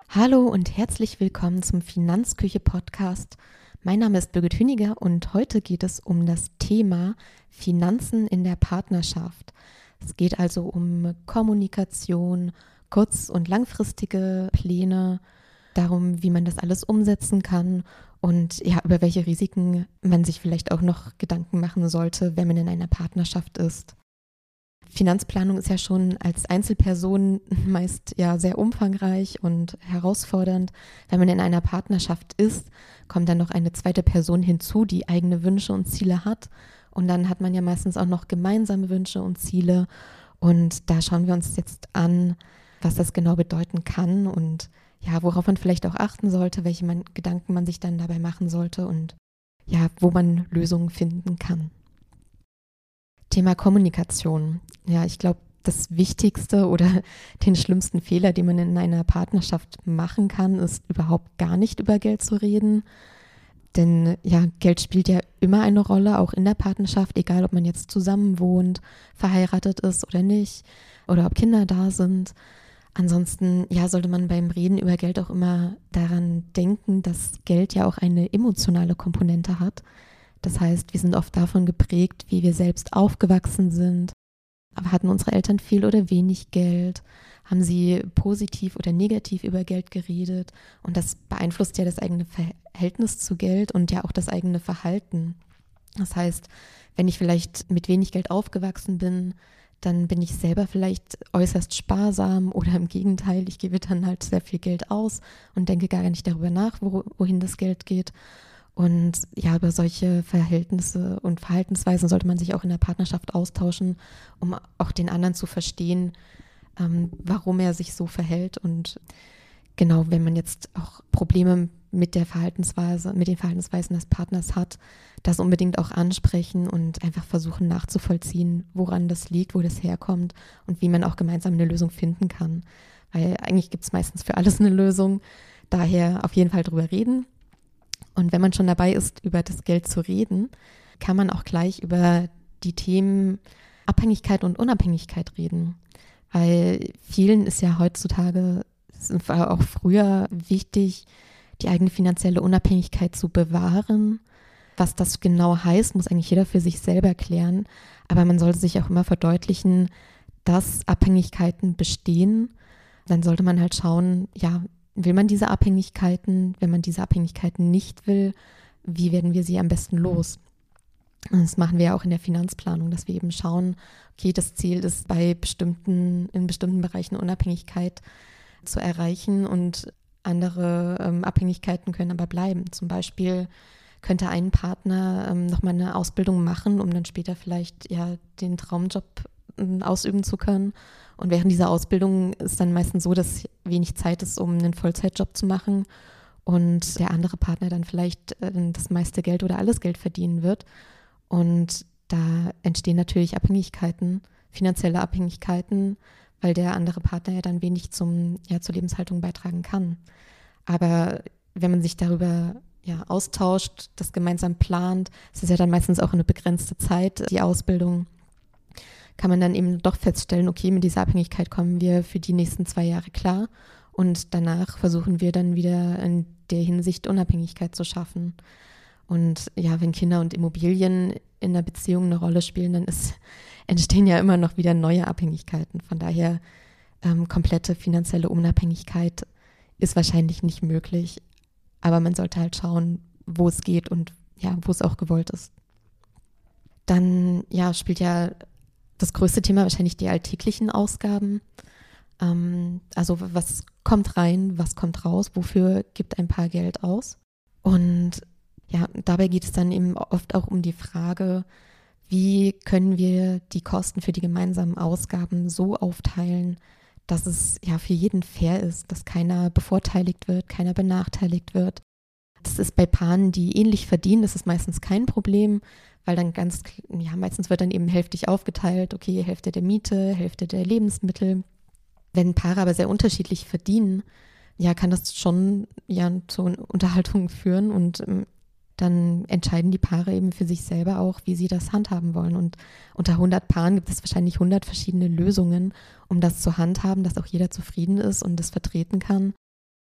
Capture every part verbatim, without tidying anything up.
Hallo und herzlich willkommen zum Finanzküche-Podcast. Mein Name ist Birgit Hüniger und heute geht es um das Thema Finanzen in der Partnerschaft. Es geht also um Kommunikation, kurz- und langfristige Pläne, darum, wie man das alles umsetzen kann und ja, über welche Risiken man sich vielleicht auch noch Gedanken machen sollte, wenn man in einer Partnerschaft ist. Finanzplanung ist ja schon als Einzelperson meist ja sehr umfangreich und herausfordernd. Wenn man in einer Partnerschaft ist, kommt dann noch eine zweite Person hinzu, die eigene Wünsche und Ziele hat. Und dann hat man ja meistens auch noch gemeinsame Wünsche und Ziele. Und da schauen wir uns jetzt an, was das genau bedeuten kann und ja, worauf man vielleicht auch achten sollte, welche man, Gedanken man sich dann dabei machen sollte und ja, wo man Lösungen finden kann. Thema Kommunikation. Ja, ich glaube, das Wichtigste oder den schlimmsten Fehler, den man in einer Partnerschaft machen kann, ist überhaupt gar nicht über Geld zu reden. Denn ja, Geld spielt ja immer eine Rolle, auch in der Partnerschaft, egal ob man jetzt zusammen wohnt, verheiratet ist oder nicht, oder ob Kinder da sind. Ansonsten, ja, sollte man beim Reden über Geld auch immer daran denken, dass Geld ja auch eine emotionale Komponente hat. Das heißt, wir sind oft davon geprägt, wie wir selbst aufgewachsen sind. Aber hatten unsere Eltern viel oder wenig Geld? Haben sie positiv oder negativ über Geld geredet? Und das beeinflusst ja das eigene Verhältnis zu Geld und ja auch das eigene Verhalten. Das heißt, wenn ich vielleicht mit wenig Geld aufgewachsen bin, dann bin ich selber vielleicht äußerst sparsam oder im Gegenteil, ich gebe dann halt sehr viel Geld aus und denke gar nicht darüber nach, wo, wohin das Geld geht. Und ja, über solche Verhältnisse und Verhaltensweisen sollte man sich auch in der Partnerschaft austauschen, um auch den anderen zu verstehen, ähm, warum er sich so verhält. Und genau, wenn man jetzt auch Probleme mit der Verhaltensweise, mit den Verhaltensweisen des Partners hat, das unbedingt auch ansprechen und einfach versuchen nachzuvollziehen, woran das liegt, wo das herkommt und wie man auch gemeinsam eine Lösung finden kann. Weil eigentlich gibt es meistens für alles eine Lösung. Daher auf jeden Fall drüber reden. Und wenn man schon dabei ist, über das Geld zu reden, kann man auch gleich über die Themen Abhängigkeit und Unabhängigkeit reden. Weil vielen ist ja heutzutage, es war auch früher wichtig, die eigene finanzielle Unabhängigkeit zu bewahren. Was das genau heißt, muss eigentlich jeder für sich selber klären. Aber man sollte sich auch immer verdeutlichen, dass Abhängigkeiten bestehen. Dann sollte man halt schauen, ja, will man diese Abhängigkeiten? Wenn man diese Abhängigkeiten nicht will, wie werden wir sie am besten los? Und das machen wir ja auch in der Finanzplanung, dass wir eben schauen, okay, das Ziel ist, bei bestimmten, in bestimmten Bereichen Unabhängigkeit zu erreichen und andere ähm, Abhängigkeiten können aber bleiben. Zum Beispiel könnte ein Partner ähm, nochmal eine Ausbildung machen, um dann später vielleicht ja den Traumjob ähm, ausüben zu können. Und während dieser Ausbildung ist dann meistens so, dass wenig Zeit ist, um einen Vollzeitjob zu machen und der andere Partner dann vielleicht äh, das meiste Geld oder alles Geld verdienen wird. Und da entstehen natürlich Abhängigkeiten, finanzielle Abhängigkeiten, weil der andere Partner ja dann wenig zum, ja, zur Lebenshaltung beitragen kann. Aber wenn man sich darüber ja, austauscht, das gemeinsam plant, es ist ja dann meistens auch eine begrenzte Zeit, die Ausbildung, kann man dann eben doch feststellen, okay, mit dieser Abhängigkeit kommen wir für die nächsten zwei Jahre klar und danach versuchen wir dann wieder in der Hinsicht Unabhängigkeit zu schaffen. Und ja, wenn Kinder und Immobilien in der Beziehung eine Rolle spielen, dann ist, entstehen ja immer noch wieder neue Abhängigkeiten. Von daher ähm, komplette finanzielle Unabhängigkeit ist wahrscheinlich nicht möglich, aber man sollte halt schauen, wo es geht und ja, wo es auch gewollt ist. Dann ja, spielt ja das größte Thema wahrscheinlich die alltäglichen Ausgaben. Ähm, also was kommt rein, was kommt raus, wofür gibt ein Paar Geld aus? Und ja, dabei geht es dann eben oft auch um die Frage, wie können wir die Kosten für die gemeinsamen Ausgaben so aufteilen, dass es ja für jeden fair ist, dass keiner bevorteiligt wird, keiner benachteiligt wird. Das ist bei Paaren, die ähnlich verdienen, das ist meistens kein Problem, weil dann ganz, ja, meistens wird dann eben hälftig aufgeteilt, okay, Hälfte der Miete, Hälfte der Lebensmittel. Wenn Paare aber sehr unterschiedlich verdienen, ja, kann das schon ja zu Unterhaltungen führen und ähm, dann entscheiden die Paare eben für sich selber auch, wie sie das handhaben wollen. Und unter hundert Paaren gibt es wahrscheinlich hundert verschiedene Lösungen, um das zu handhaben, dass auch jeder zufrieden ist und das vertreten kann.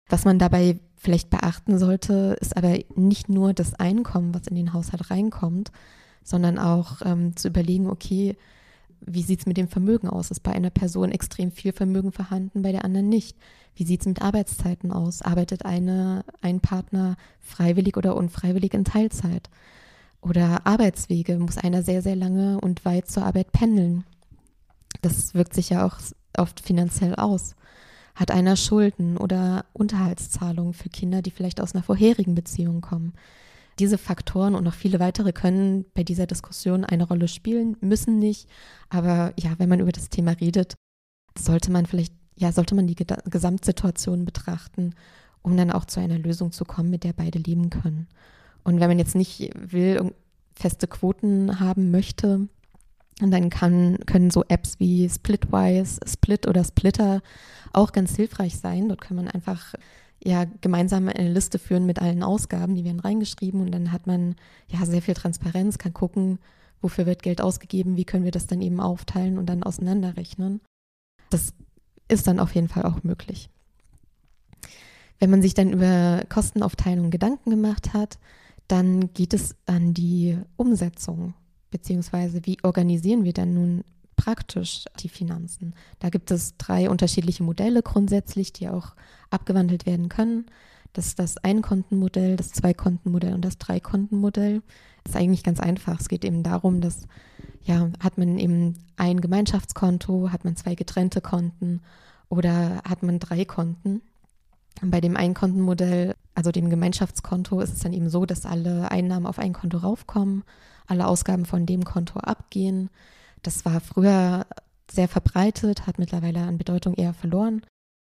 Was man dabei vielleicht beachten sollte, ist aber nicht nur das Einkommen, was in den Haushalt reinkommt, sondern auch ähm, zu überlegen, okay, wie sieht es mit dem Vermögen aus? Ist bei einer Person extrem viel Vermögen vorhanden, bei der anderen nicht? Wie sieht es mit Arbeitszeiten aus? Arbeitet eine, ein Partner freiwillig oder unfreiwillig in Teilzeit? Oder Arbeitswege, muss einer sehr, sehr lange und weit zur Arbeit pendeln? Das wirkt sich ja auch oft finanziell aus. Hat einer Schulden oder Unterhaltszahlungen für Kinder, die vielleicht aus einer vorherigen Beziehung kommen? Diese Faktoren und noch viele weitere können bei dieser Diskussion eine Rolle spielen, müssen nicht. Aber ja, wenn man über das Thema redet, sollte man vielleicht, ja, sollte man die Gesamtsituation betrachten, um dann auch zu einer Lösung zu kommen, mit der beide leben können. Und wenn man jetzt nicht will, feste Quoten haben möchte, dann kann, können so Apps wie Splitwise, Split oder Splitter auch ganz hilfreich sein. Dort kann man einfach ja gemeinsam eine Liste führen mit allen Ausgaben, die werden reingeschrieben und dann hat man ja sehr viel Transparenz, kann gucken, wofür wird Geld ausgegeben, wie können wir das dann eben aufteilen und dann auseinanderrechnen. Das ist dann auf jeden Fall auch möglich. Wenn man sich dann über Kostenaufteilung Gedanken gemacht hat, dann geht es an die Umsetzung, beziehungsweise wie organisieren wir dann nun praktisch die Finanzen. Da gibt es drei unterschiedliche Modelle grundsätzlich, die auch abgewandelt werden können. Das ist das Ein-Konten-Modell, das Zwei-Konten-Modell und das Drei-Konten-Modell. Das ist eigentlich ganz einfach. Es geht eben darum, dass, ja, hat man eben ein Gemeinschaftskonto, hat man zwei getrennte Konten oder hat man drei Konten. Und bei dem Ein-Konten-Modell, also dem Gemeinschaftskonto, ist es dann eben so, dass alle Einnahmen auf ein Konto raufkommen, alle Ausgaben von dem Konto abgehen. Das war früher sehr verbreitet, hat mittlerweile an Bedeutung eher verloren.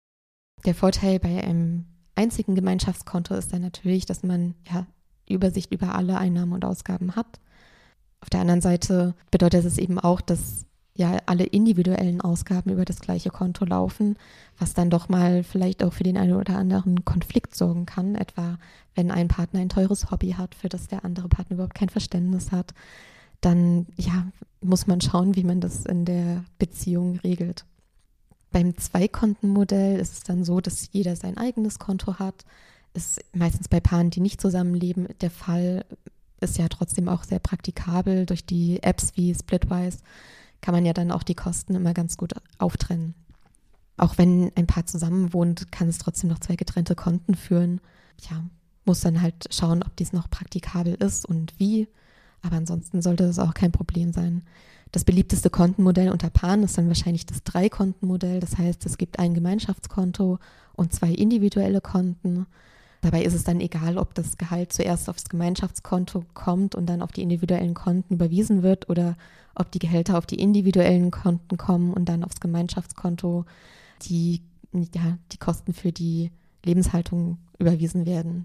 Der Vorteil bei einem einzigen Gemeinschaftskonto ist dann natürlich, dass man ja Übersicht über alle Einnahmen und Ausgaben hat. Auf der anderen Seite bedeutet es eben auch, dass ja alle individuellen Ausgaben über das gleiche Konto laufen, was dann doch mal vielleicht auch für den einen oder anderen Konflikt sorgen kann, etwa wenn ein Partner ein teures Hobby hat, für das der andere Partner überhaupt kein Verständnis hat, dann ja, muss man schauen, wie man das in der Beziehung regelt. Beim Zwei-Konten-Modell ist es dann so, dass jeder sein eigenes Konto hat. Ist meistens bei Paaren, die nicht zusammenleben, der Fall. Ist ja trotzdem auch sehr praktikabel. Durch die Apps wie Splitwise kann man ja dann auch die Kosten immer ganz gut auftrennen. Auch wenn ein Paar zusammen wohnt, kann es trotzdem noch zwei getrennte Konten führen. Ja, muss dann halt schauen, ob dies noch praktikabel ist und wie. Aber ansonsten sollte das auch kein Problem sein. Das beliebteste Kontenmodell unter Paaren ist dann wahrscheinlich das Drei-Konten-Modell. Das heißt, es gibt ein Gemeinschaftskonto und zwei individuelle Konten. Dabei ist es dann egal, ob das Gehalt zuerst aufs Gemeinschaftskonto kommt und dann auf die individuellen Konten überwiesen wird oder ob die Gehälter auf die individuellen Konten kommen und dann aufs Gemeinschaftskonto die, ja, die Kosten für die Lebenshaltung überwiesen werden.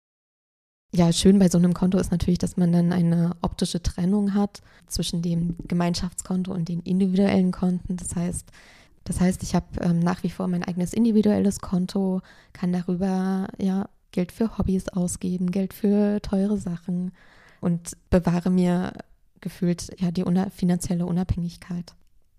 Ja, schön bei so einem Konto ist natürlich, dass man dann eine optische Trennung hat zwischen dem Gemeinschaftskonto und den individuellen Konten. Das heißt, das heißt, ich habe ähm, nach wie vor mein eigenes individuelles Konto, kann darüber ja Geld für Hobbys ausgeben, Geld für teure Sachen und bewahre mir gefühlt ja die una- finanzielle Unabhängigkeit.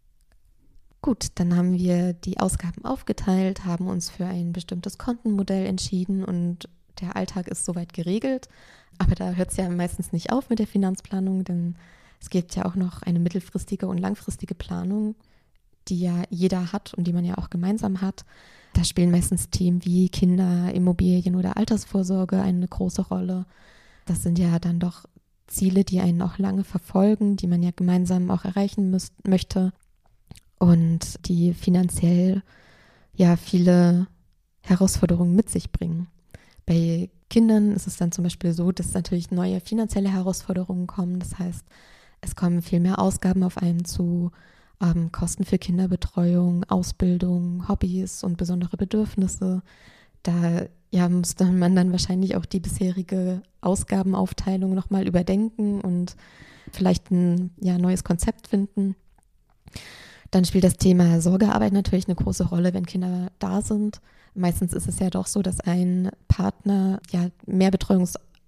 Gut, dann haben wir die Ausgaben aufgeteilt, haben uns für ein bestimmtes Kontenmodell entschieden und der Alltag ist soweit geregelt, aber da hört es ja meistens nicht auf mit der Finanzplanung, denn es gibt ja auch noch eine mittelfristige und langfristige Planung, die ja jeder hat und die man ja auch gemeinsam hat. Da spielen meistens Themen wie Kinder, Immobilien oder Altersvorsorge eine große Rolle. Das sind ja dann doch Ziele, die einen auch lange verfolgen, die man ja gemeinsam auch erreichen müß- möchte und die finanziell ja viele Herausforderungen mit sich bringen. Bei Kindern ist es dann zum Beispiel so, dass natürlich neue finanzielle Herausforderungen kommen. Das heißt, es kommen viel mehr Ausgaben auf einen zu, ähm, Kosten für Kinderbetreuung, Ausbildung, Hobbys und besondere Bedürfnisse. Da ja, muss dann man dann wahrscheinlich auch die bisherige Ausgabenaufteilung nochmal überdenken und vielleicht ein ja, neues Konzept finden. Dann spielt das Thema Sorgearbeit natürlich eine große Rolle, wenn Kinder da sind. Meistens ist es ja doch so, dass ein Partner ja mehr Betreuungs-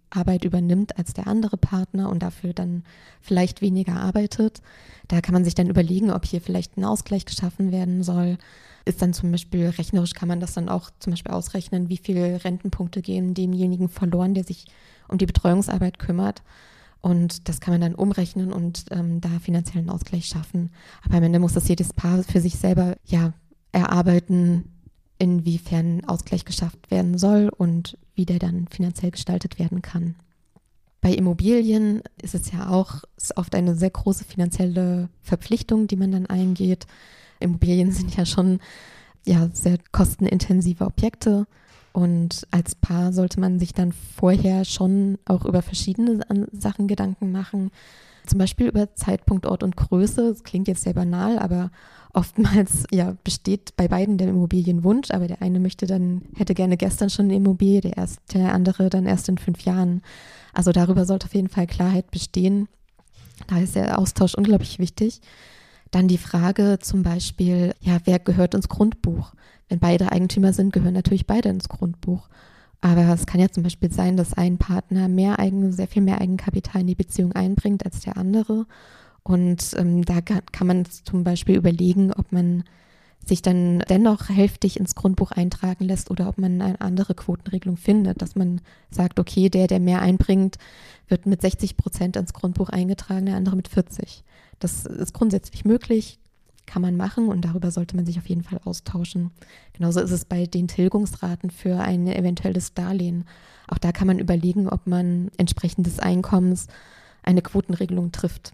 Arbeit übernimmt als der andere Partner und dafür dann vielleicht weniger arbeitet. Da kann man sich dann überlegen, ob hier vielleicht ein Ausgleich geschaffen werden soll. Ist dann zum Beispiel rechnerisch, kann man das dann auch zum Beispiel ausrechnen, wie viele Rentenpunkte gehen demjenigen verloren, der sich um die Betreuungsarbeit kümmert. Und das kann man dann umrechnen und ähm, da finanziellen Ausgleich schaffen. Aber am Ende muss das jedes Paar für sich selber ja erarbeiten, inwiefern Ausgleich geschafft werden soll und wie der dann finanziell gestaltet werden kann. Bei Immobilien ist es ja auch ist oft eine sehr große finanzielle Verpflichtung, die man dann eingeht. Immobilien sind ja schon ja, sehr kostenintensive Objekte und als Paar sollte man sich dann vorher schon auch über verschiedene Sachen Gedanken machen. Zum Beispiel über Zeitpunkt, Ort und Größe. Das klingt jetzt sehr banal, aber oftmals ja, besteht bei beiden der Immobilienwunsch, aber der eine möchte dann, hätte gerne gestern schon eine Immobilie, der, erst, der andere dann erst in fünf Jahren. Also darüber sollte auf jeden Fall Klarheit bestehen. Da ist der Austausch unglaublich wichtig. Dann die Frage zum Beispiel, ja, wer gehört ins Grundbuch? Wenn beide Eigentümer sind, gehören natürlich beide ins Grundbuch. Aber es kann ja zum Beispiel sein, dass ein Partner mehr eigene, sehr viel mehr Eigenkapital in die Beziehung einbringt als der andere. Und ähm, da kann, kann man zum Beispiel überlegen, ob man sich dann dennoch hälftig ins Grundbuch eintragen lässt oder ob man eine andere Quotenregelung findet, dass man sagt, okay, der, der mehr einbringt, wird mit sechzig Prozent ins Grundbuch eingetragen, der andere mit vierzig. Das ist grundsätzlich möglich, kann man machen und darüber sollte man sich auf jeden Fall austauschen. Genauso ist es bei den Tilgungsraten für ein eventuelles Darlehen. Auch da kann man überlegen, ob man entsprechend des Einkommens eine Quotenregelung trifft.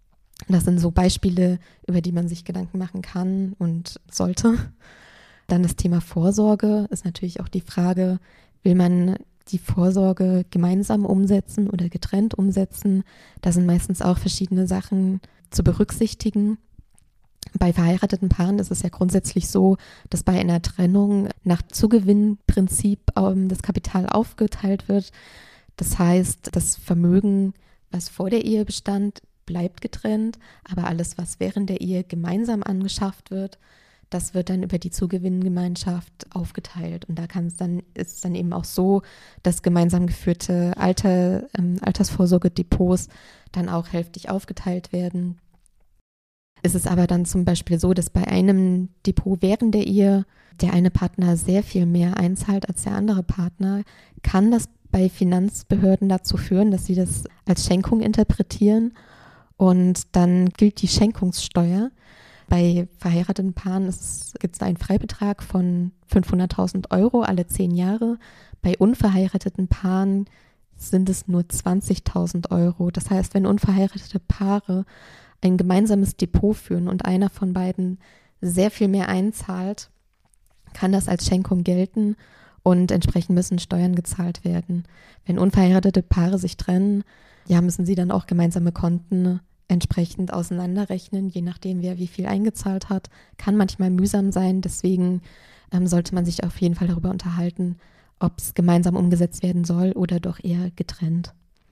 Das sind so Beispiele, über die man sich Gedanken machen kann und sollte. Dann das Thema Vorsorge ist natürlich auch die Frage, will man die Vorsorge gemeinsam umsetzen oder getrennt umsetzen? Da sind meistens auch verschiedene Sachen zu berücksichtigen. Bei verheirateten Paaren ist es ja grundsätzlich so, dass bei einer Trennung nach Zugewinnprinzip ähm, das Kapital aufgeteilt wird. Das heißt, das Vermögen, was vor der Ehe bestand, bleibt getrennt, aber alles, was während der Ehe gemeinsam angeschafft wird, das wird dann über die Zugewinngemeinschaft aufgeteilt. Und da kann es dann, ist es dann eben auch so, dass gemeinsam geführte Alter, ähm, Altersvorsorgedepots dann auch hälftig aufgeteilt werden. Es ist aber dann zum Beispiel so, dass bei einem Depot während der Ehe der eine Partner sehr viel mehr einzahlt als der andere Partner, kann das bei Finanzbehörden dazu führen, dass sie das als Schenkung interpretieren und dann gilt die Schenkungssteuer. Bei verheirateten Paaren gibt es einen Freibetrag von fünfhunderttausend Euro alle zehn Jahre. Bei unverheirateten Paaren sind es nur zwanzigtausend Euro. Das heißt, wenn unverheiratete Paare ein gemeinsames Depot führen und einer von beiden sehr viel mehr einzahlt, kann das als Schenkung gelten und entsprechend müssen Steuern gezahlt werden. Wenn unverheiratete Paare sich trennen, ja, müssen sie dann auch gemeinsame Konten entsprechend auseinanderrechnen, je nachdem, wer wie viel eingezahlt hat. Kann manchmal mühsam sein, deswegen ähm, sollte man sich auf jeden Fall darüber unterhalten, ob es gemeinsam umgesetzt werden soll oder doch eher getrennt.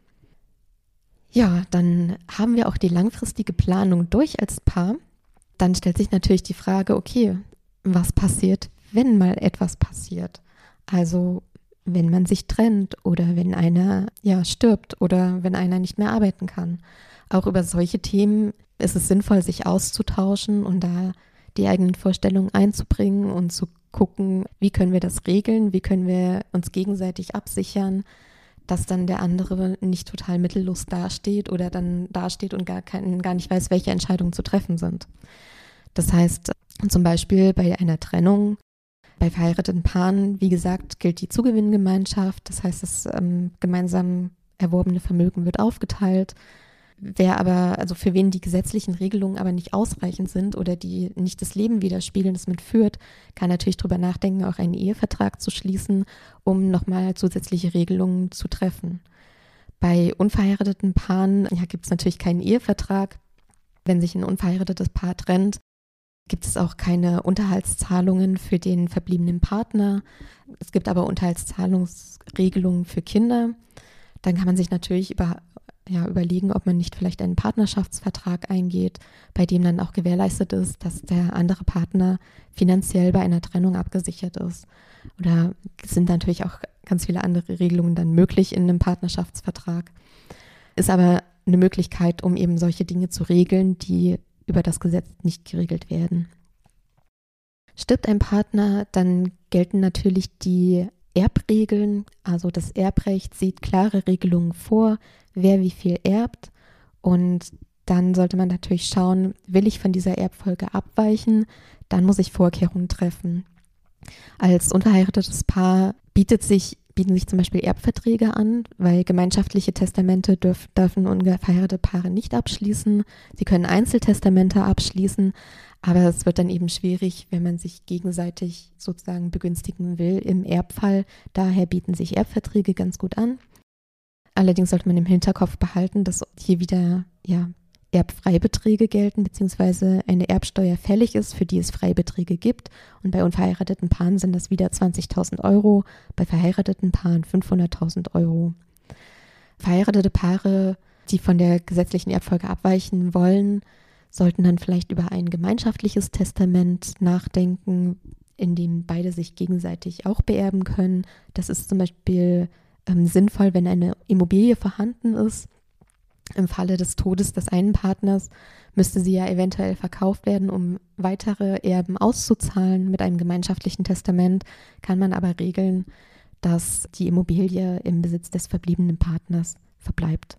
Ja, dann haben wir auch die langfristige Planung durch als Paar. Dann stellt sich natürlich die Frage, okay, was passiert, wenn mal etwas passiert? Also wenn man sich trennt oder wenn einer ja stirbt oder wenn einer nicht mehr arbeiten kann. Auch über solche Themen ist es sinnvoll, sich auszutauschen und da die eigenen Vorstellungen einzubringen und zu gucken, wie können wir das regeln, wie können wir uns gegenseitig absichern, dass dann der andere nicht total mittellos dasteht oder dann dasteht und gar, kein, gar nicht weiß, welche Entscheidungen zu treffen sind. Das heißt, zum Beispiel bei einer Trennung, bei verheirateten Paaren, wie gesagt, gilt die Zugewinngemeinschaft. Das heißt, das ähm, gemeinsam erworbene Vermögen wird aufgeteilt. Wer aber, also für wen die gesetzlichen Regelungen aber nicht ausreichend sind oder die nicht das Leben widerspiegeln, das man führt, kann natürlich darüber nachdenken, auch einen Ehevertrag zu schließen, um nochmal zusätzliche Regelungen zu treffen. Bei unverheirateten Paaren ja, gibt es natürlich keinen Ehevertrag. Wenn sich ein unverheiratetes Paar trennt, gibt es auch keine Unterhaltszahlungen für den verbliebenen Partner. Es gibt aber Unterhaltszahlungsregelungen für Kinder. Dann kann man sich natürlich über Ja, überlegen, ob man nicht vielleicht einen Partnerschaftsvertrag eingeht, bei dem dann auch gewährleistet ist, dass der andere Partner finanziell bei einer Trennung abgesichert ist. Oder es sind natürlich auch ganz viele andere Regelungen dann möglich in einem Partnerschaftsvertrag. Ist aber eine Möglichkeit, um eben solche Dinge zu regeln, die über das Gesetz nicht geregelt werden. Stirbt ein Partner, dann gelten natürlich die Erbregeln, also das Erbrecht sieht klare Regelungen vor, wer wie viel erbt, und dann sollte man natürlich schauen, will ich von dieser Erbfolge abweichen, dann muss ich Vorkehrungen treffen. Als unverheiratetes Paar bietet sich, bieten sich zum Beispiel Erbverträge an, weil gemeinschaftliche Testamente dürf, dürfen unverheiratete Paare nicht abschließen. Sie können Einzeltestamente abschließen, aber es wird dann eben schwierig, wenn man sich gegenseitig sozusagen begünstigen will im Erbfall. Daher bieten sich Erbverträge ganz gut an. Allerdings sollte man im Hinterkopf behalten, dass hier wieder ja, Erbfreibeträge gelten, beziehungsweise eine Erbsteuer fällig ist, für die es Freibeträge gibt. Und bei unverheirateten Paaren sind das wieder zwanzigtausend Euro, bei verheirateten Paaren fünfhunderttausend Euro. Verheiratete Paare, die von der gesetzlichen Erbfolge abweichen wollen, sollten dann vielleicht über ein gemeinschaftliches Testament nachdenken, in dem beide sich gegenseitig auch beerben können. Das ist zum Beispiel ähm, sinnvoll, wenn eine Immobilie vorhanden ist. Im Falle des Todes des einen Partners müsste sie ja eventuell verkauft werden, um weitere Erben auszuzahlen. Mit einem gemeinschaftlichen Testament kann man aber regeln, dass die Immobilie im Besitz des verbliebenen Partners verbleibt.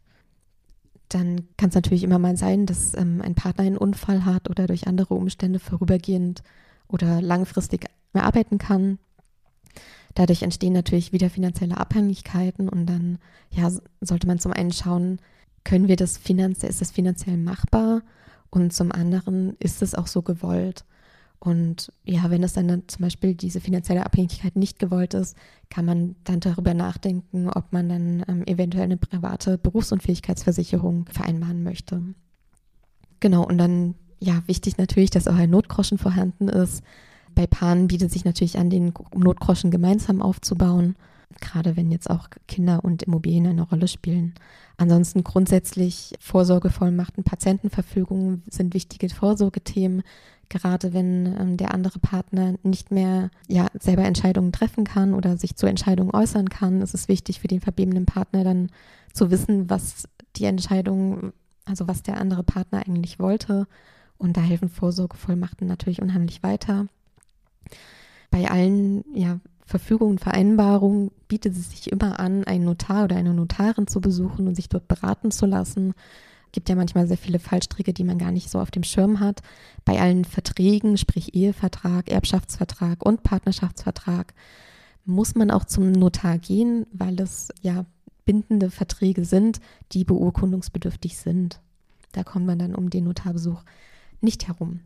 Dann kann es natürlich immer mal sein, dass ähm, ein Partner einen Unfall hat oder durch andere Umstände vorübergehend oder langfristig mehr arbeiten kann. Dadurch entstehen natürlich wieder finanzielle Abhängigkeiten und dann ja, sollte man zum einen schauen, können wir das finanziell, ist das finanziell machbar, und zum anderen ist es auch so gewollt. Und ja, wenn es dann, dann zum Beispiel diese finanzielle Abhängigkeit nicht gewollt ist, kann man dann darüber nachdenken, ob man dann ähm, eventuell eine private Berufsunfähigkeitsversicherung vereinbaren möchte. Genau, und dann ja, wichtig natürlich, dass auch ein Notgroschen vorhanden ist. Bei Paaren bietet sich natürlich an, den Notgroschen gemeinsam aufzubauen, gerade wenn jetzt auch Kinder und Immobilien eine Rolle spielen. Ansonsten grundsätzlich Vorsorgevollmachten, Patientenverfügungen sind wichtige Vorsorgethemen, gerade wenn ähm, der andere Partner nicht mehr ja, selber Entscheidungen treffen kann oder sich zu Entscheidungen äußern kann. Es ist wichtig für den verbliebenen Partner dann zu wissen, was die Entscheidung, also was der andere Partner eigentlich wollte. Und da helfen Vorsorgevollmachten natürlich unheimlich weiter. Bei allen ja, Verfügungen, Vereinbarungen bietet es sich immer an, einen Notar oder eine Notarin zu besuchen und sich dort beraten zu lassen. Es gibt ja manchmal sehr viele Fallstricke, die man gar nicht so auf dem Schirm hat. Bei allen Verträgen, sprich Ehevertrag, Erbschaftsvertrag und Partnerschaftsvertrag, muss man auch zum Notar gehen, weil es ja bindende Verträge sind, die beurkundungsbedürftig sind. Da kommt man dann um den Notarbesuch nicht herum.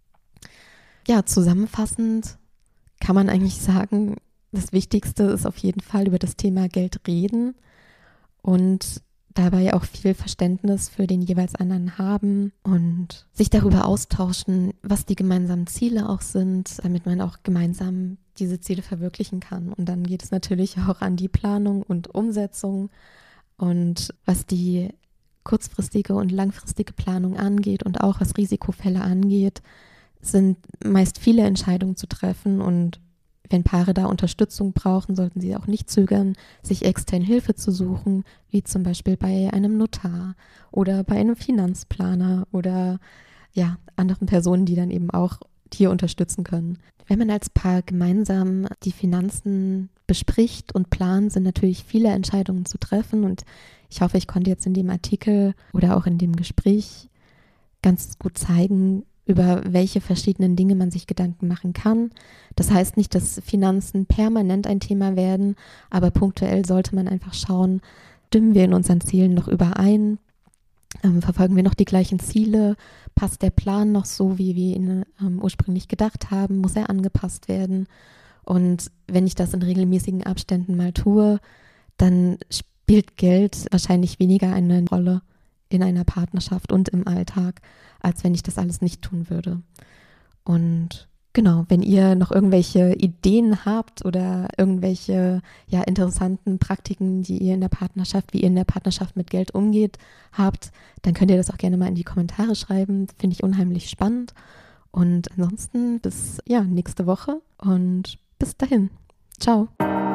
Ja, zusammenfassend kann man eigentlich sagen, das Wichtigste ist auf jeden Fall über das Thema Geld reden und dabei auch viel Verständnis für den jeweils anderen haben und sich darüber austauschen, was die gemeinsamen Ziele auch sind, damit man auch gemeinsam diese Ziele verwirklichen kann. Und dann geht es natürlich auch an die Planung und Umsetzung, und was die kurzfristige und langfristige Planung angeht und auch was Risikofälle angeht, sind meist viele Entscheidungen zu treffen, und wenn Paare da Unterstützung brauchen, sollten sie auch nicht zögern, sich extern Hilfe zu suchen, wie zum Beispiel bei einem Notar oder bei einem Finanzplaner oder ja, anderen Personen, die dann eben auch hier unterstützen können. Wenn man als Paar gemeinsam die Finanzen bespricht und plant, sind natürlich viele Entscheidungen zu treffen, und ich hoffe, ich konnte jetzt in dem Artikel oder auch in dem Gespräch ganz gut zeigen, über welche verschiedenen Dinge man sich Gedanken machen kann. Das heißt nicht, dass Finanzen permanent ein Thema werden, aber punktuell sollte man einfach schauen, stimmen wir in unseren Zielen noch überein? Ähm, verfolgen wir noch die gleichen Ziele? Passt der Plan noch so, wie wir ihn ähm, ursprünglich gedacht haben? Muss er angepasst werden? Und wenn ich das in regelmäßigen Abständen mal tue, dann spielt Geld wahrscheinlich weniger eine Rolle in einer Partnerschaft und im Alltag, als wenn ich das alles nicht tun würde. Und genau, wenn ihr noch irgendwelche Ideen habt oder irgendwelche ja, interessanten Praktiken, die ihr in der Partnerschaft, wie ihr in der Partnerschaft mit Geld umgeht, habt, dann könnt ihr das auch gerne mal in die Kommentare schreiben. Finde ich unheimlich spannend. Und ansonsten bis ja, nächste Woche und bis dahin. Ciao.